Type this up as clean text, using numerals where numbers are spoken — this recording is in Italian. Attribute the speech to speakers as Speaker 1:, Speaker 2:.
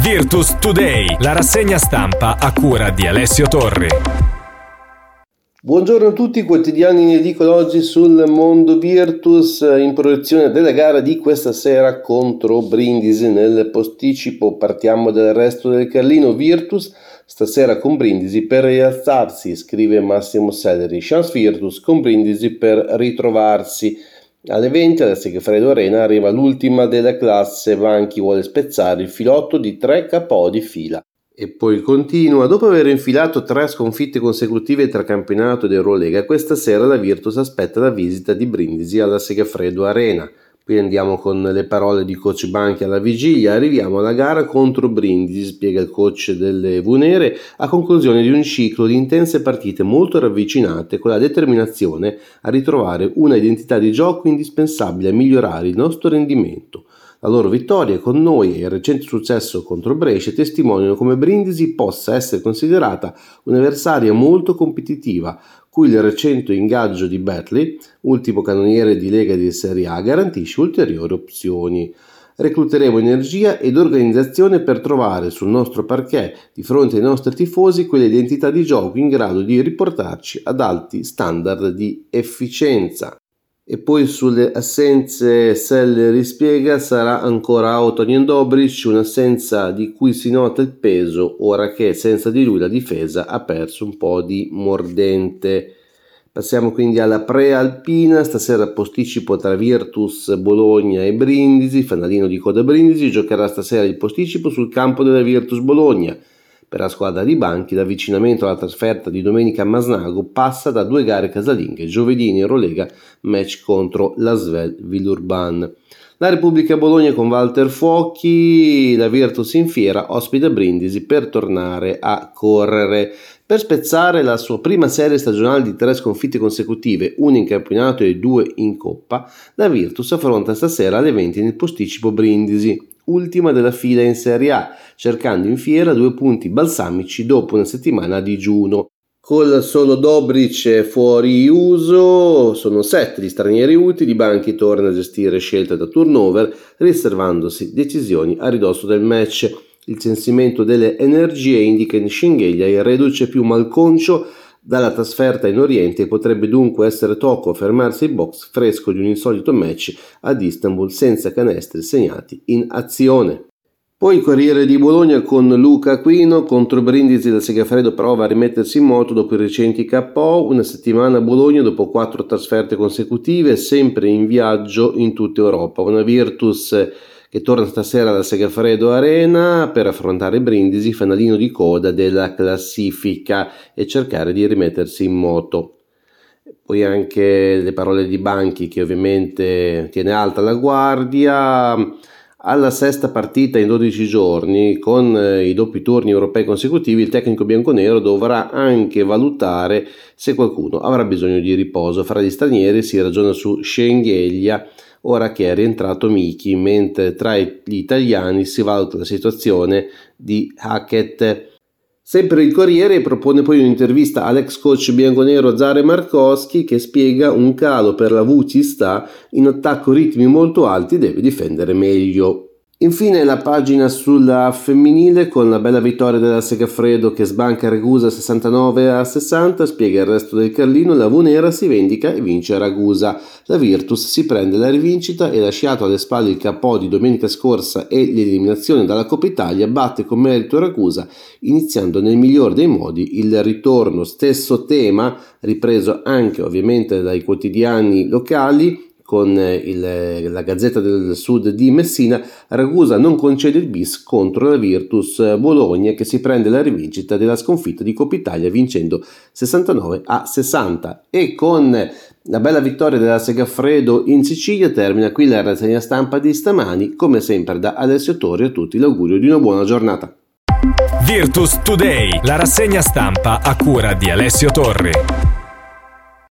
Speaker 1: Virtus Today, la rassegna stampa a cura di Alessio Torri.
Speaker 2: Buongiorno a tutti, quotidiani in edicola oggi sul mondo Virtus, in proiezione della gara di questa sera contro Brindisi. Nel posticipo partiamo dal resto del Carlino. Virtus stasera con Brindisi per rialzarsi, scrive Massimo Selleri. Chance Virtus con Brindisi per ritrovarsi. Alle 20 alla Segafredo Arena arriva l'ultima della classe, Banchi vuole spezzare il filotto di 3 KO di fila. E poi continua, dopo aver infilato 3 sconfitte consecutive tra campionato ed Eurolega, questa sera la Virtus aspetta la visita di Brindisi alla Segafredo Arena. Qui andiamo con le parole di coach Banchi alla vigilia. Arriviamo alla gara contro Brindisi, spiega il coach delle Vunere, a conclusione di un ciclo di intense partite molto ravvicinate, con la determinazione a ritrovare una identità di gioco indispensabile a migliorare il nostro rendimento. La loro vittoria con noi e il recente successo contro Brescia testimoniano come Brindisi possa essere considerata un'avversaria molto competitiva, cui il recente ingaggio di Batley, ultimo cannoniere di Lega di Serie A, garantisce ulteriori opzioni. Recluteremo energia ed organizzazione per trovare sul nostro parquet, di fronte ai nostri tifosi, quelle identità di gioco in grado di riportarci ad alti standard di efficienza. E poi sulle assenze Selleri spiega: sarà ancora out Onion Dobric, un'assenza di cui si nota il peso ora che senza di lui la difesa ha perso un po' di mordente. Passiamo quindi alla prealpina. Stasera posticipo tra Virtus Bologna e Brindisi. Fanalino di coda Brindisi giocherà stasera il posticipo sul campo della Virtus Bologna. Per la squadra di Banchi l'avvicinamento alla trasferta di domenica a Masnago passa da 2 gare casalinghe, giovedì in Eurolega match contro la Svel Villeurbanne. La Repubblica Bologna con Walter Fuochi, la Virtus in fiera ospita Brindisi per tornare a correre. Per spezzare la sua prima serie stagionale di 3 sconfitte consecutive, 1 in campionato e 2 in coppa, la Virtus affronta stasera alle 20 nel posticipo Brindisi, ultima della fila in Serie A, cercando in fiera 2 punti balsamici dopo una settimana a digiuno. Col solo Dobric fuori uso, sono 7 gli stranieri utili. Banchi torna a gestire scelte da turnover, riservandosi decisioni a ridosso del match. Il censimento delle energie indica in Schengelia il reduce più malconcio dalla trasferta in Oriente e potrebbe dunque essere tocco fermarsi il box fresco di un insolito match ad Istanbul senza canestri segnati in azione. Poi il Corriere di Bologna con Luca Aquino contro Brindisi. La Segafredo prova a rimettersi in moto dopo i recenti KO, una settimana a Bologna dopo 4 trasferte consecutive, sempre in viaggio in tutta Europa. Una Virtus che torna stasera alla Segafredo Arena per affrontare Brindisi, fanalino di coda della classifica, e cercare di rimettersi in moto. Poi anche le parole di Banchi, che ovviamente tiene alta la guardia. Alla 6ª partita in 12 giorni, con i doppi turni europei consecutivi, il tecnico bianconero dovrà anche valutare se qualcuno avrà bisogno di riposo. Fra gli stranieri si ragiona su Schengelia, ora che è rientrato Michi, mentre tra gli italiani si valuta la situazione di Hackett. Sempre il Corriere propone poi un'intervista all'ex coach bianconero Zare Markowski, che spiega un calo per la V ci sta, in attacco ritmi molto alti, deve difendere meglio. Infine la pagina sulla femminile con la bella vittoria della Segafredo che sbanca Ragusa 69-60, spiega il resto del Carlino. La Vunera si vendica e vince Ragusa. La Virtus si prende la rivincita e, lasciato alle spalle il KO di domenica scorsa e l'eliminazione dalla Coppa Italia, batte con merito Ragusa, iniziando nel miglior dei modi il ritorno. Stesso tema ripreso anche ovviamente dai quotidiani locali, con la Gazzetta del Sud di Messina. Ragusa non concede il bis contro la Virtus Bologna, che si prende la rivincita della sconfitta di Coppa Italia vincendo 69-60. E con la bella vittoria della Segafredo in Sicilia termina qui la rassegna stampa di stamani. Come sempre da Alessio Torri a tutti l'augurio di una buona giornata.
Speaker 1: Virtus Today, la rassegna stampa a cura di Alessio Torri.